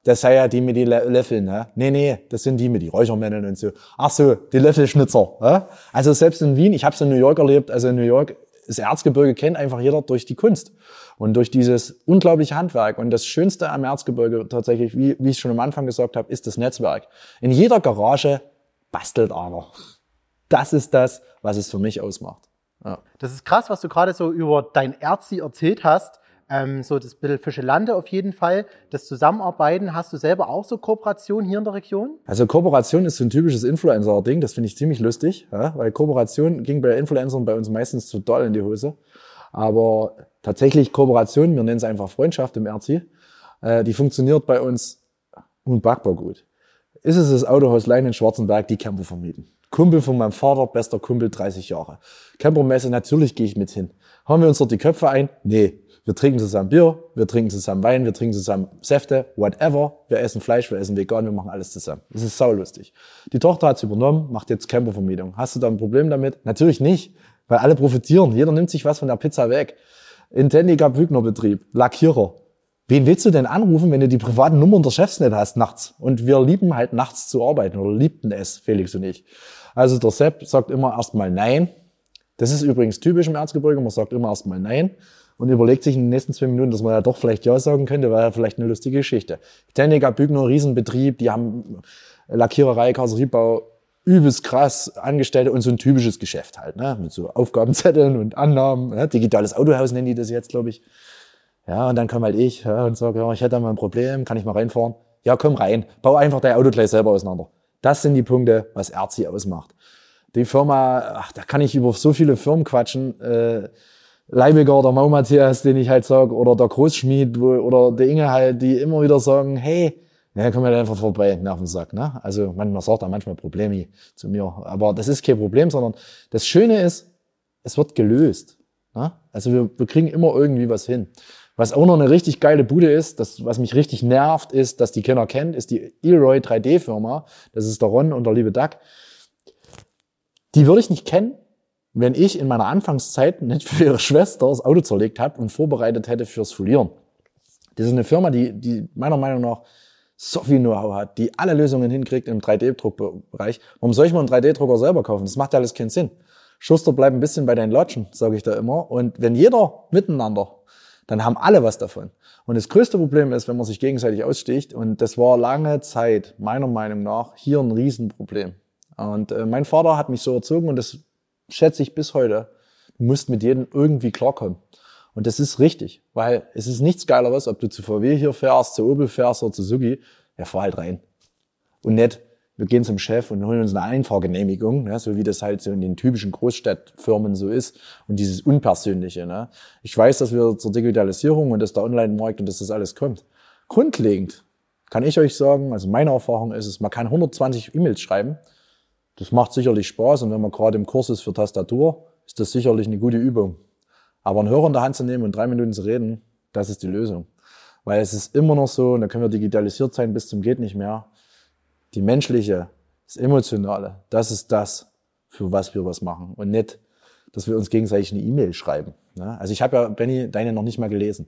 das sei ja die mit die Löffeln, ne? Nee, nee, das sind die mit die Räuchermännern und so. Ach so, die Löffelschnitzer, ne? Also selbst in Wien, ich habe es in New York erlebt, also in New York, das Erzgebirge kennt einfach jeder durch die Kunst und durch dieses unglaubliche Handwerk. Und das Schönste am Erzgebirge tatsächlich, wie, wie ich schon am Anfang gesagt habe, ist das Netzwerk. In jeder Garage bastelt einer. Das ist das, was es für mich ausmacht. Ja. Das ist krass, was du gerade so über dein Erzi erzählt hast. Ähm, so das bisschen Fischelande auf jeden Fall. Das Zusammenarbeiten, hast du selber auch so Kooperationen hier in der Region? Also Kooperation ist so ein typisches Influencer-Ding. Das finde ich ziemlich lustig, ja? Weil Kooperation ging bei Influencern bei uns meistens zu doll in die Hose. Aber tatsächlich Kooperation, wir nennen es einfach Freundschaft im Erzi, äh, die funktioniert bei uns unbackbar gut. Ist es das Autohaus Lein in Schwarzenberg, die Camper vermieten. Kumpel von meinem Vater, bester Kumpel, dreißig Jahre. Campermesse, natürlich gehe ich mit hin. Haben wir uns dort die Köpfe ein? Nee. Wir trinken zusammen Bier, wir trinken zusammen Wein, wir trinken zusammen Säfte, whatever. Wir essen Fleisch, wir essen vegan, wir machen alles zusammen. Das ist saulustig. Die Tochter hat's übernommen, macht jetzt Campervermietung. Hast du da ein Problem damit? Natürlich nicht, weil alle profitieren. Jeder nimmt sich was von der Pizza weg. Intendica-Bügner-Betrieb, Lackierer. Wen willst du denn anrufen, wenn du die privaten Nummern der Chefs nicht hast nachts? Und wir lieben halt nachts zu arbeiten oder liebten es, Felix und ich. Also der Sepp sagt immer erstmal Nein. Das ist übrigens typisch im Erzgebirge, man sagt immer erstmal Nein. Und überlegt sich in den nächsten zwei Minuten, dass man ja doch vielleicht Ja sagen könnte, wäre ja vielleicht eine lustige Geschichte. Techniker, Bügner, Riesenbetrieb, die haben Lackiererei, Karosseriebau, übelst krass Angestellte und so ein typisches Geschäft halt, ne? Mit so Aufgabenzetteln und Annahmen, ne? Digitales Autohaus nennen die das jetzt, glaube ich. Ja, und dann komme halt ich ja, und sage, ja, ich hätte da mal ein Problem, kann ich mal reinfahren? Ja, komm rein, bau einfach dein Auto gleich selber auseinander. Das sind die Punkte, was Erzi ausmacht. Die Firma, ach, da kann ich über so viele Firmen quatschen, äh, Leibiger, der Mau Matthias, den ich halt sage, oder der Großschmied, wo, oder der Inge halt, die immer wieder sagen, hey, ja, komm halt einfach vorbei, Nervensack, ne? Also, man, man sagt da manchmal Probleme zu mir, aber das ist kein Problem, sondern das Schöne ist, es wird gelöst, ne? Also, wir, wir kriegen immer irgendwie was hin. Was auch noch eine richtig geile Bude ist, das, was mich richtig nervt, ist, dass die keiner kennt, ist die Elroy drei D Firma. Das ist der Ron und der liebe Doug. Die würde ich nicht kennen, wenn ich in meiner Anfangszeit nicht für ihre Schwester das Auto zerlegt habe und vorbereitet hätte fürs Folieren. Das ist eine Firma, die, die meiner Meinung nach so viel Know-how hat, die alle Lösungen hinkriegt im drei D-Druckbereich. Warum soll ich mal einen drei D-Drucker selber kaufen? Das macht ja alles keinen Sinn. Schuster, bleib ein bisschen bei deinen Lotschen, sage ich da immer. Und wenn jeder miteinander, dann haben alle was davon. Und das größte Problem ist, wenn man sich gegenseitig aussticht. Und das war lange Zeit, meiner Meinung nach, hier ein Riesenproblem. Und äh, mein Vater hat mich so erzogen und das schätze ich bis heute. Du musst mit jedem irgendwie klarkommen. Und das ist richtig, weil es ist nichts Geileres, ob du zu V W hier fährst, zu Opel fährst oder zu Suzuki. Ja, fahr halt rein. Und nicht, wir gehen zum Chef und holen uns eine Einfahrgenehmigung, ne, so wie das halt so in den typischen Großstadtfirmen so ist. Und dieses Unpersönliche. Ne. Ich weiß, dass wir zur Digitalisierung und dass der Online-Markt und dass das alles kommt. Grundlegend kann ich euch sagen, also meine Erfahrung ist es, man kann hundertzwanzig E-Mails schreiben. Das macht sicherlich Spaß und wenn man gerade im Kurs ist für Tastatur, ist das sicherlich eine gute Übung. Aber einen Hörer in der Hand zu nehmen und drei Minuten zu reden, das ist die Lösung. Weil es ist immer noch so, und da können wir digitalisiert sein bis zum geht nicht mehr, die menschliche, das Emotionale, das ist das, für was wir was machen. Und nicht, dass wir uns gegenseitig eine E-Mail schreiben. Also ich habe ja, Benni, deine noch nicht mal gelesen.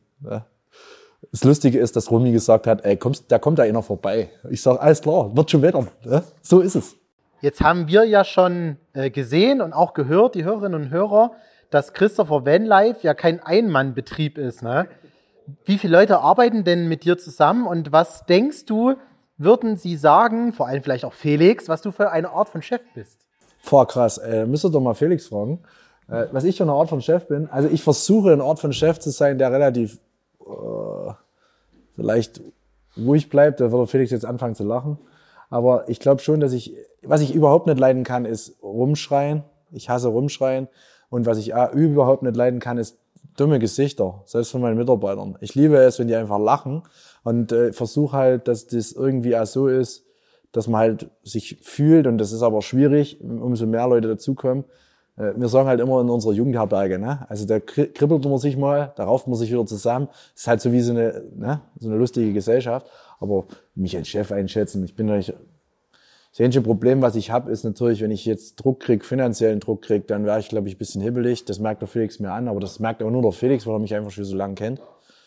Das Lustige ist, dass Romy gesagt hat, ey, kommst, da kommt da einer vorbei. Ich sage, alles klar, wird schon werden. So ist es. Jetzt haben wir ja schon äh, gesehen und auch gehört, die Hörerinnen und Hörer, dass Christopher Vanlife ja kein Ein-Mann-Betrieb ist. Ne? Wie viele Leute arbeiten denn mit dir zusammen und was denkst du, würden sie sagen, vor allem vielleicht auch Felix, was du für eine Art von Chef bist? Boah, krass. Äh, müsst ihr doch mal Felix fragen, äh, was ich für eine Art von Chef bin. Also ich versuche, eine Art von Chef zu sein, der relativ äh, vielleicht ruhig bleibt. Da würde Felix jetzt anfangen zu lachen. Aber ich glaube schon, dass ich, was ich überhaupt nicht leiden kann, ist rumschreien. Ich hasse rumschreien. Und was ich auch überhaupt nicht leiden kann, ist dumme Gesichter, selbst von meinen Mitarbeitern. Ich liebe es, wenn die einfach lachen und äh, versuche halt, dass das irgendwie auch so ist, dass man halt sich fühlt und das ist aber schwierig, umso mehr Leute dazukommen. Äh, wir sagen halt immer in unserer Jugendherberge, ne? Also da kribbelt man sich mal, da rauft man sich wieder zusammen. Das ist halt so wie so eine, ne? So eine lustige Gesellschaft. Aber mich als Chef einschätzen, ich bin natürlich, das einzige Problem, was ich habe, ist natürlich, wenn ich jetzt Druck krieg, finanziellen Druck krieg, dann wäre ich, glaube ich, ein bisschen hibbelig. Das merkt der Felix mir an, aber das merkt auch nur der Felix, weil er mich einfach schon so lange kennt.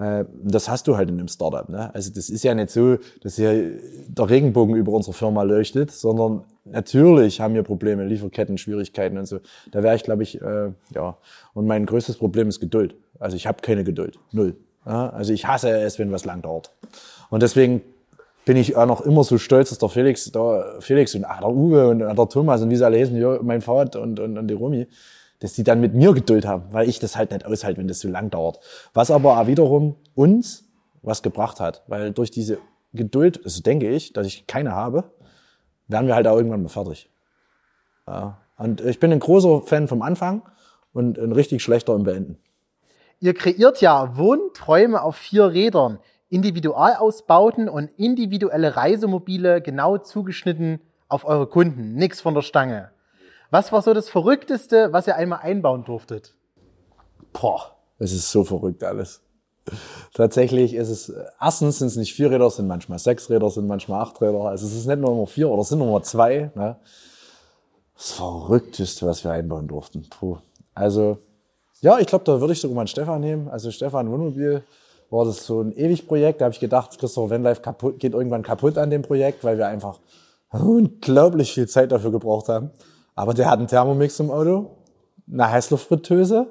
Äh, das hast du halt in einem Startup. Ne? Also das ist ja nicht so, dass hier der Regenbogen über unsere Firma leuchtet, sondern natürlich haben wir Probleme, Lieferketten, Schwierigkeiten und so. Da wäre ich, glaube ich, äh, ja. Und mein größtes Problem ist Geduld. Also ich habe keine Geduld, null. Ja? Also ich hasse es, wenn was lang dauert. Und deswegen bin ich auch noch immer so stolz, dass der Felix, der Felix und ach, der Uwe und der Thomas und wie sie alle heißen, ja, mein Vater und, und, und die Romy, dass die dann mit mir Geduld haben, weil ich das halt nicht aushalte, wenn das so lang dauert. Was aber auch wiederum uns was gebracht hat, weil durch diese Geduld, also denke ich, dass ich keine habe, werden wir halt auch irgendwann mal fertig. Ja. Und ich bin ein großer Fan vom Anfang und ein richtig schlechter im Beenden. Ihr kreiert ja Wohnträume auf vier Rädern, Individualausbauten und individuelle Reisemobile genau zugeschnitten auf eure Kunden, nix von der Stange. Was war so das Verrückteste, was ihr einmal einbauen durftet? Boah, es ist so verrückt alles. Tatsächlich ist es, erstens sind es nicht vier Räder, es sind manchmal sechs Räder, es sind manchmal acht Räder. Also es ist nicht nur immer vier oder es sind nur immer zwei. Ne? Das Verrückteste, was wir einbauen durften. Puh. Also, ja, ich glaube, da würde ich sogar mal einen Stefan nehmen. Also Stefan Wohnmobil war das so ein Ewig-Projekt. Da habe ich gedacht, Christopher Vanlife kaputt, geht irgendwann kaputt an dem Projekt, weil wir einfach unglaublich viel Zeit dafür gebraucht haben. Aber der hat einen Thermomix im Auto, eine Heißluftfritteuse,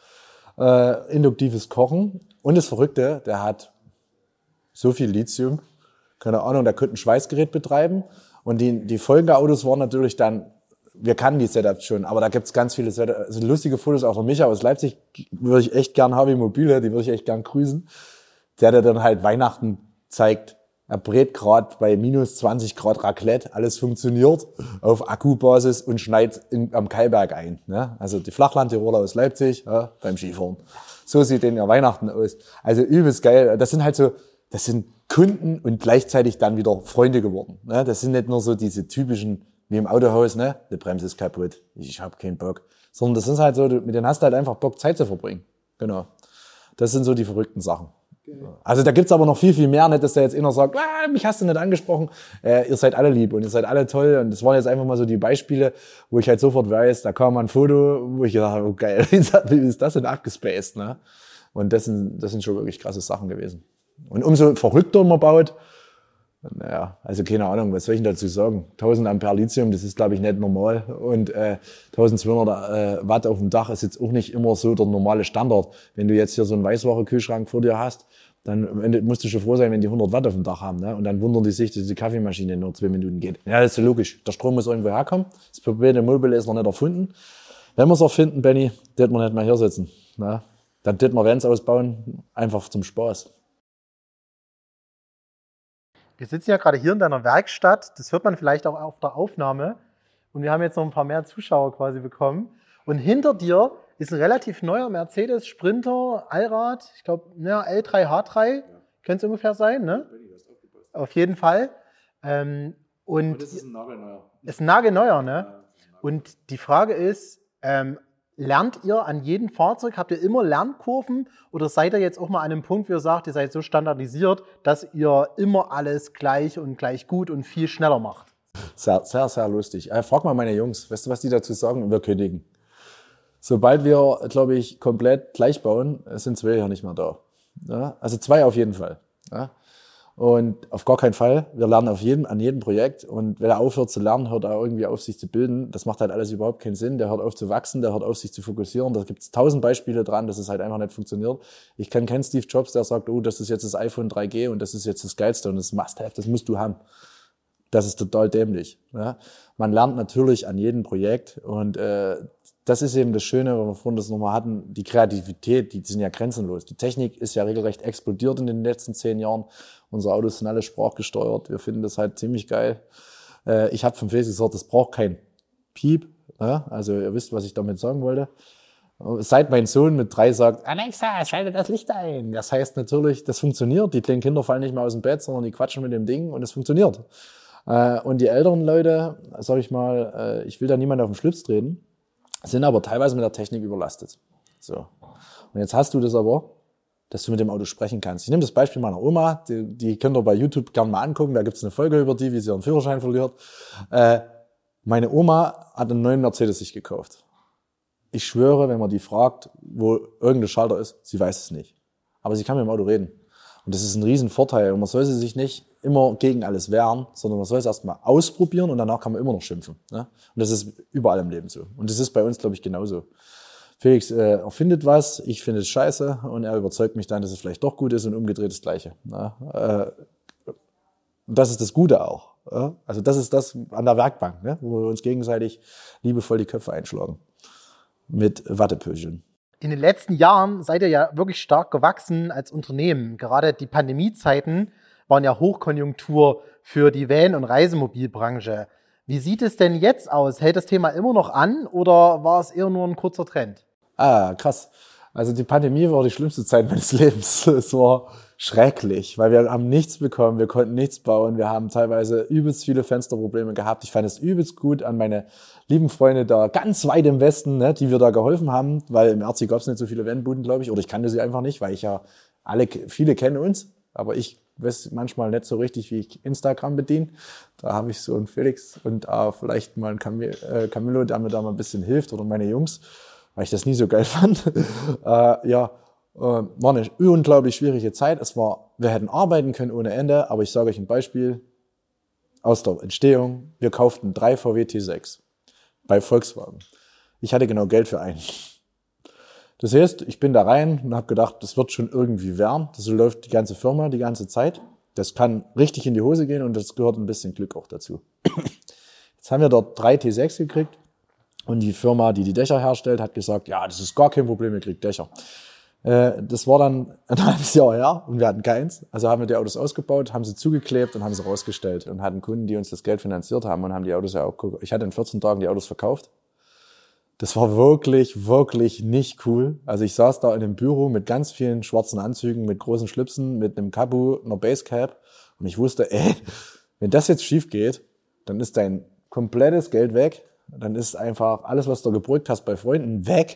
äh, induktives Kochen und das Verrückte, der hat so viel Lithium, keine Ahnung, der könnte ein Schweißgerät betreiben und die, die Folgeautos waren natürlich dann, wir kannten die Setups schon, aber da gibt's ganz viele Setups, also lustige Fotos auch von Micha aus Leipzig, würde ich echt gern haben, Mobile, die würde ich echt gern grüßen, der der dann halt Weihnachten zeigt. Er brät gerade bei minus zwanzig Grad Raclette, alles funktioniert auf Akkubasis und schneit in, am Kallberg ein. Ne? Also die Flachlandtiroler aus Leipzig ja, beim Skifahren. So sieht denn ja Weihnachten aus. Also übelst geil. Das sind halt so, das sind Kunden und gleichzeitig dann wieder Freunde geworden. Ne? Das sind nicht nur so diese typischen, wie im Autohaus, ne? Die Bremse ist kaputt, ich hab keinen Bock. Sondern das sind halt so, mit denen hast du halt einfach Bock, Zeit zu verbringen. Genau. Das sind so die verrückten Sachen. Also da gibt's aber noch viel, viel mehr, nicht, dass da jetzt einer sagt, ah, mich hast du nicht angesprochen. Äh, ihr seid alle lieb und ihr seid alle toll. Und das waren jetzt einfach mal so die Beispiele, wo ich halt sofort weiß, da kam mal ein Foto, wo ich gedacht habe, oh geil, wie ist das denn abgespaced, ne? Und das sind, das sind schon wirklich krasse Sachen gewesen. Und umso verrückter man baut, naja, also keine Ahnung, was soll ich denn dazu sagen? tausend Ampere Lithium, das ist, glaube ich, nicht normal. Und äh, eintausendzweihundert äh, Watt auf dem Dach ist jetzt auch nicht immer so der normale Standard. Wenn du jetzt hier so einen Weißware-Kühlschrank vor dir hast, dann musst du schon froh sein, wenn die hundert Watt auf dem Dach haben. Ne? Und dann wundern die sich, dass die Kaffeemaschine nur zwei Minuten geht. Ja, das ist so logisch. Der Strom muss irgendwo herkommen. Das Problem der Mobile ist noch nicht erfunden. Wenn wir es erfinden, Benny, das wir nicht mehr hier sitzen. Ne? Dann das wir Vans ausbauen, einfach zum Spaß. Wir sitzen ja gerade hier in deiner Werkstatt, das hört man vielleicht auch auf der Aufnahme. Und wir haben jetzt noch ein paar mehr Zuschauer quasi bekommen. Und hinter dir ist ein relativ neuer Mercedes Sprinter Allrad, ich glaube, ja, L drei H drei, ja. Könnte es ungefähr sein, ne? Auf jeden Fall. Ähm, und das ist ein nagelneuer. Ist ein nagelneuer, ne? Und die Frage ist, ähm, lernt ihr an jedem Fahrzeug, habt ihr immer Lernkurven oder seid ihr jetzt auch mal an einem Punkt, wo ihr sagt, ihr seid so standardisiert, dass ihr immer alles gleich und gleich gut und viel schneller macht? Sehr, sehr, sehr lustig. Äh, frag mal meine Jungs, weißt du, was die dazu sagen? Und wir kündigen. Sobald wir, glaube ich, komplett gleich bauen, sind zwei ja nicht mehr da. Ja? Also zwei auf jeden Fall. Ja? Und auf gar keinen Fall. Wir lernen auf jedem, an jedem Projekt. Und wenn er aufhört zu lernen, hört er irgendwie auf, sich zu bilden. Das macht halt alles überhaupt keinen Sinn. Der hört auf zu wachsen, der hört auf, sich zu fokussieren. Da gibt es tausend Beispiele dran, dass es halt einfach nicht funktioniert. Ich kenne keinen Steve Jobs, der sagt, oh, das ist jetzt das iPhone drei G und das ist jetzt das Geilste und das Must-Have, das musst du haben. Das ist total dämlich. Ja? Man lernt natürlich an jedem Projekt und äh, das ist eben das Schöne, wenn wir vorhin das nochmal hatten, die Kreativität, die sind ja grenzenlos. Die Technik ist ja regelrecht explodiert in den letzten zehn Jahren. Unsere Autos sind alle sprachgesteuert. Wir finden das halt ziemlich geil. Äh, ich habe vom Face gesagt, das braucht kein Piep. Ja? Also ihr wisst, was ich damit sagen wollte. Seit mein Sohn mit drei sagt, Alexa, schalte das Licht ein. Das heißt natürlich, das funktioniert. Die kleinen Kinder fallen nicht mehr aus dem Bett, sondern die quatschen mit dem Ding und es funktioniert. Äh, und die älteren Leute, sag ich mal, äh, ich will da niemand auf den Schlips treten, sind aber teilweise mit der Technik überlastet. So. Und jetzt hast du das aber, dass du mit dem Auto sprechen kannst. Ich nehme das Beispiel meiner Oma, die, die könnt ihr bei YouTube gerne mal angucken, da gibt's eine Folge über die, wie sie ihren Führerschein verliert. Äh, meine Oma hat einen neuen Mercedes sich gekauft. Ich schwöre, wenn man die fragt, wo irgendein Schalter ist, sie weiß es nicht. aber sie kann mit dem Auto reden. Und das ist ein Riesenvorteil. Und man soll sich nicht immer gegen alles wehren, sondern man soll es erst mal ausprobieren und danach kann man immer noch schimpfen. Ne? Und das ist überall im Leben so. Und das ist bei uns, glaube ich, genauso. Felix äh, erfindet was, ich finde es scheiße und er überzeugt mich dann, dass es vielleicht doch gut ist und umgedreht das Gleiche. Ne? Äh, und das ist das Gute auch. Ja? Also das ist das an der Werkbank, ne? Wo wir uns gegenseitig liebevoll die Köpfe einschlagen. Mit Wattepöscheln. In den letzten Jahren seid ihr ja wirklich stark gewachsen als Unternehmen. Gerade die Pandemiezeiten waren ja Hochkonjunktur für die Van- und Reisemobilbranche. Wie sieht es denn jetzt aus? Hält das Thema immer noch an oder war es eher nur ein kurzer Trend? Ah, krass. Also die Pandemie war die schlimmste Zeit meines Lebens. Es war schrecklich, weil wir haben nichts bekommen, wir konnten nichts bauen, wir haben teilweise übelst viele Fensterprobleme gehabt. Ich fand es übelst gut an meine lieben Freunde da ganz weit im Westen, ne, die wir da geholfen haben, weil im Erzi gab es nicht so viele Vanbuden, glaube ich, oder ich kannte sie einfach nicht, weil ich ja alle, viele kennen uns, aber ich weiß manchmal nicht so richtig, wie ich Instagram bediene. Da habe ich so einen Felix und äh, vielleicht mal einen Camillo, äh, Camillo, der mir da mal ein bisschen hilft, oder meine Jungs, weil ich das nie so geil fand. äh, ja, äh, war eine unglaublich schwierige Zeit. Es war, wir hätten arbeiten können ohne Ende, aber ich sage euch ein Beispiel aus der Entstehung. Wir kauften drei V W T sechs bei Volkswagen. Ich hatte genau Geld für einen. Das heißt, ich bin da rein und habe gedacht, das wird schon irgendwie werden. Das läuft die ganze Firma die ganze Zeit. Das kann richtig in die Hose gehen und das gehört ein bisschen Glück auch dazu. Jetzt haben wir dort drei T sechs gekriegt und die Firma, die die Dächer herstellt, hat gesagt, ja, das ist gar kein Problem, ihr kriegt Dächer. Äh, das war dann ein halbes Jahr her und wir hatten keins. Also haben wir die Autos ausgebaut, haben sie zugeklebt und haben sie rausgestellt und hatten Kunden, die uns das Geld finanziert haben und haben die Autos ja auch, ich hatte in vierzehn Tagen die Autos verkauft. Das war wirklich, wirklich nicht cool. Also ich saß da in einem Büro mit ganz vielen schwarzen Anzügen, mit großen Schlipsen, mit einem Kapu, einer Basecap und ich wusste, ey, wenn das jetzt schief geht, dann ist dein komplettes Geld weg. Dann ist einfach alles, was du gebrückt hast bei Freunden, weg.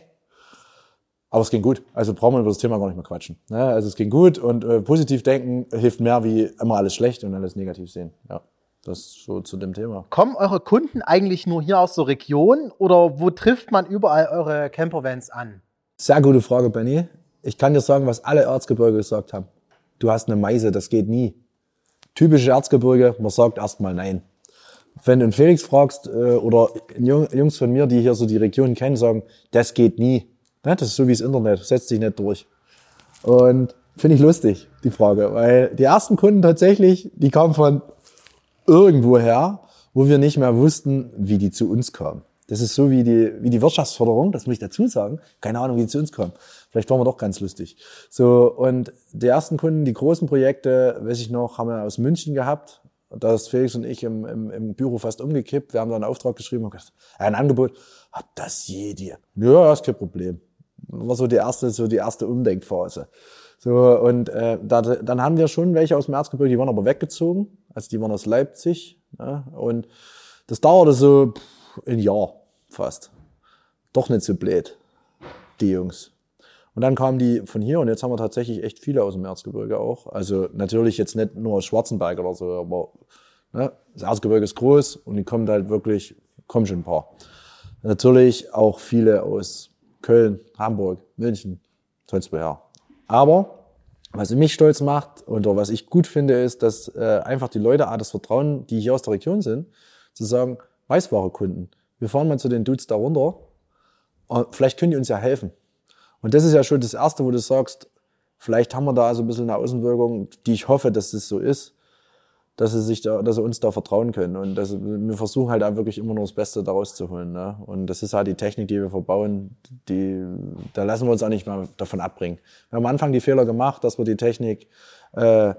Aber es ging gut. Also brauchen wir über das Thema gar nicht mehr quatschen. Ja, also es ging gut und äh, positiv denken hilft mehr wie immer alles schlecht und alles negativ sehen. Ja, das so zu dem Thema. Kommen eure Kunden eigentlich nur hier aus der Region oder wo trifft man überall eure Campervans an? Sehr gute Frage, Benny. Ich kann dir sagen, was alle Erzgebirge gesagt haben. Du hast eine Meise, das geht nie. Typische Erzgebirge, man sagt erstmal nein. Wenn du einen Felix fragst äh, oder Jungs von mir, die hier so die Region kennen, sagen, das geht nie. Ja, das ist so wie das Internet, setzt sich nicht durch. Und finde ich lustig, die Frage, weil die ersten Kunden tatsächlich, die kamen von irgendwo her, wo wir nicht mehr wussten, wie die zu uns kamen. Das ist so wie die, wie die Wirtschaftsförderung, das muss ich dazu sagen. Keine Ahnung, wie die zu uns kamen. Vielleicht waren wir doch ganz lustig. So, und die ersten Kunden, die großen Projekte, weiß ich noch, haben wir aus München gehabt. Da ist Felix und ich im, im, im Büro fast umgekippt. Wir haben da einen Auftrag geschrieben und gesagt, ein Angebot. Hab das je dir. Ja, ist kein Problem. Das war so die erste, so die erste Umdenkphase. So, und äh, da, dann haben wir schon welche aus dem Erzgebirge, die waren aber weggezogen. Also die waren aus Leipzig. Ja, und das dauerte so pff, ein Jahr fast. Doch nicht so blöd, die Jungs. Und dann kamen die von hier und jetzt haben wir tatsächlich echt viele aus dem Erzgebirge auch. Also natürlich jetzt nicht nur aus Schwarzenberg oder so, aber ne, das Erzgebirge ist groß und die kommen halt wirklich, kommen schon ein paar. Natürlich auch viele aus Köln, Hamburg, München, sonst woher. Aber was mich stolz macht oder was ich gut finde, ist, dass äh, einfach die Leute ah, das Vertrauen, die hier aus der Region sind, zu sagen, Weißware-Kunden, wir fahren mal zu den Dudes da runter und vielleicht können die uns ja helfen. Und das ist ja schon das Erste, wo du sagst, vielleicht haben wir da so ein bisschen eine Außenwirkung, die ich hoffe, dass das so ist, dass sie sich da, dass sie uns da vertrauen können. Und dass, wir versuchen halt auch wirklich immer nur das Beste daraus zu holen. Ne? Und das ist halt die Technik, die wir verbauen, die, da lassen wir uns auch nicht mal davon abbringen. Wir haben am Anfang die Fehler gemacht, dass wir die Technik äh,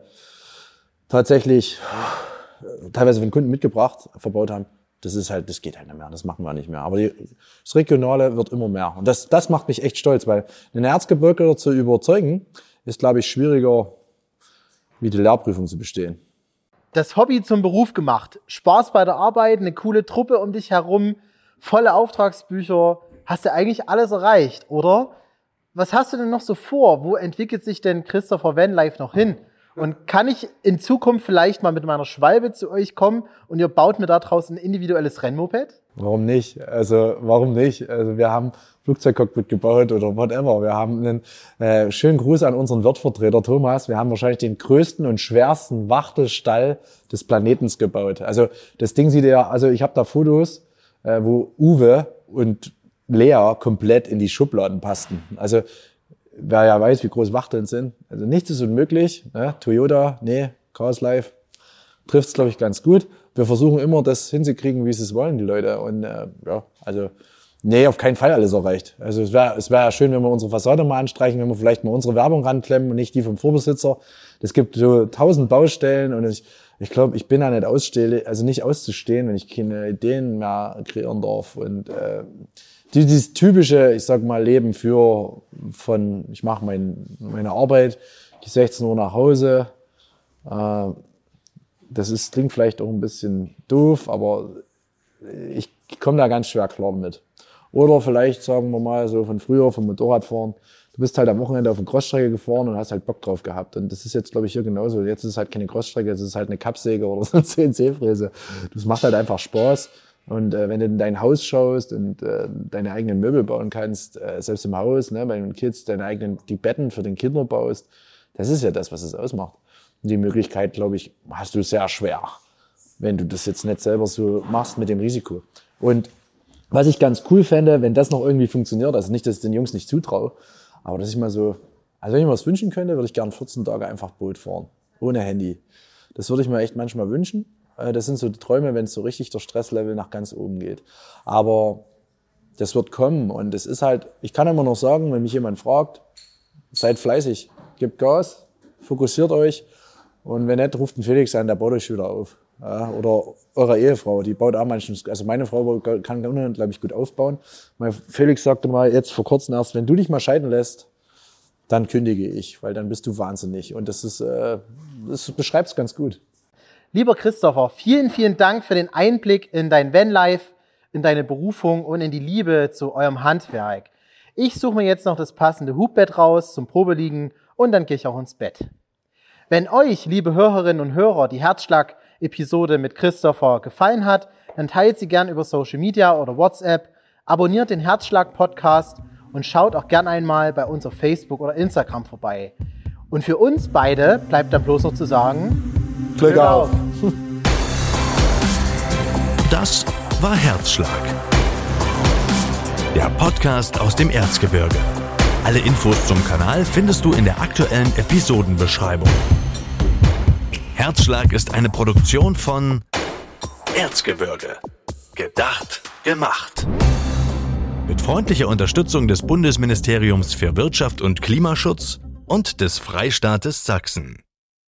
tatsächlich äh, teilweise für den Kunden mitgebracht, verbaut haben. Das ist halt, das geht halt nicht mehr, das machen wir nicht mehr. Aber die, das Regionale wird immer mehr. Und das, das macht mich echt stolz, weil einen Erzgebirger zu überzeugen, ist, glaube ich, schwieriger, wie die Lehrprüfung zu bestehen. Das Hobby zum Beruf gemacht, Spaß bei der Arbeit, eine coole Truppe um dich herum, volle Auftragsbücher, hast du eigentlich alles erreicht, oder? Was hast du denn noch so vor? Wo entwickelt sich denn Christopher Van Life noch hin? Und kann ich in Zukunft vielleicht mal mit meiner Schwalbe zu euch kommen und ihr baut mir da draußen ein individuelles Rennmoped? Warum nicht? Also warum nicht? Also wir haben Flugzeugcockpit gebaut oder whatever. Wir haben einen äh, schönen Gruß an unseren Wirtvertreter Thomas. Wir haben wahrscheinlich den größten und schwersten Wachtelstall des Planetens gebaut. Also das Ding sieht ja, also ich habe da Fotos, äh, wo Uwe und Lea komplett in die Schubladen passten. Also wer ja weiß, wie groß Wachteln sind. Also nichts ist unmöglich. Ne? Toyota, nee, Cars Life trifft es, glaube ich, ganz gut. Wir versuchen immer, das hinzukriegen, wie sie es wollen, die Leute. Und äh, ja, also nee, auf keinen Fall alles erreicht. Also es wäre es wäre ja schön, wenn wir unsere Fassade mal anstreichen, wenn wir vielleicht mal unsere Werbung ranklemmen und nicht die vom Vorbesitzer. Es gibt so tausend Baustellen und ich ich glaube, ich bin da nicht ausstehe, also nicht auszustehen, wenn ich keine Ideen mehr kreieren darf. Und äh, dieses typische, ich sag mal, Leben für von, ich mache mein, meine Arbeit, die sechzehn Uhr nach Hause. Äh, das ist klingt vielleicht auch ein bisschen doof, aber ich komme da ganz schwer klar mit. Oder vielleicht, sagen wir mal, so von früher, vom Motorradfahren, du bist halt am Wochenende auf eine Crossstrecke gefahren und hast halt Bock drauf gehabt. Und das ist jetzt, glaube ich, hier genauso. Jetzt ist es halt keine Crossstrecke, es ist halt eine Kappsäge oder so eine C N C-Fräse. Das macht halt einfach Spaß. Und äh, wenn du in dein Haus schaust und äh, deine eigenen Möbel bauen kannst, äh, selbst im Haus, ne, bei den Kids, deine eigenen, die Betten für den Kinder baust, das ist ja das, was es ausmacht. Und die Möglichkeit, glaube ich, hast du sehr schwer, wenn du das jetzt nicht selber so machst mit dem Risiko. Und was ich ganz cool fände, wenn das noch irgendwie funktioniert, also nicht, dass ich den Jungs nicht zutraue, aber dass ich mal so, also wenn ich mir was wünschen könnte, würde ich gern vierzehn Tage einfach Boot fahren, ohne Handy. Das würde ich mir echt manchmal wünschen. Das sind so die Träume, wenn es so richtig der Stresslevel nach ganz oben geht. Aber das wird kommen und es ist halt, ich kann immer noch sagen, wenn mich jemand fragt, seid fleißig, gebt Gas, fokussiert euch und wenn nicht, ruft einen Felix an, der baut euch wieder auf. Ja, oder eure Ehefrau, die baut auch manchmal, also meine Frau kann unglaublich gut aufbauen. Mein Felix sagte mal jetzt vor kurzem erst, wenn du dich mal scheiden lässt, dann kündige ich, weil dann bist du wahnsinnig. Und das ist, äh, das beschreibt es ganz gut. Lieber Christopher, vielen, vielen Dank für den Einblick in dein Vanlife, in deine Berufung und in die Liebe zu eurem Handwerk. Ich suche mir jetzt noch das passende Hubbett raus zum Probeliegen und dann gehe ich auch ins Bett. Wenn euch, liebe Hörerinnen und Hörer, die Herzschlag-Episode mit Christopher gefallen hat, dann teilt sie gern über Social Media oder WhatsApp, abonniert den Herzschlag-Podcast und schaut auch gern einmal bei uns auf Facebook oder Instagram vorbei. Und für uns beide bleibt dann bloß noch zu sagen, Glück auf! Das war Herzschlag, der Podcast aus dem Erzgebirge. Alle Infos zum Kanal findest du in der aktuellen Episodenbeschreibung. Herzschlag ist eine Produktion von Erzgebirge. Gedacht, gemacht. Mit freundlicher Unterstützung des Bundesministeriums für Wirtschaft und Klimaschutz und des Freistaates Sachsen.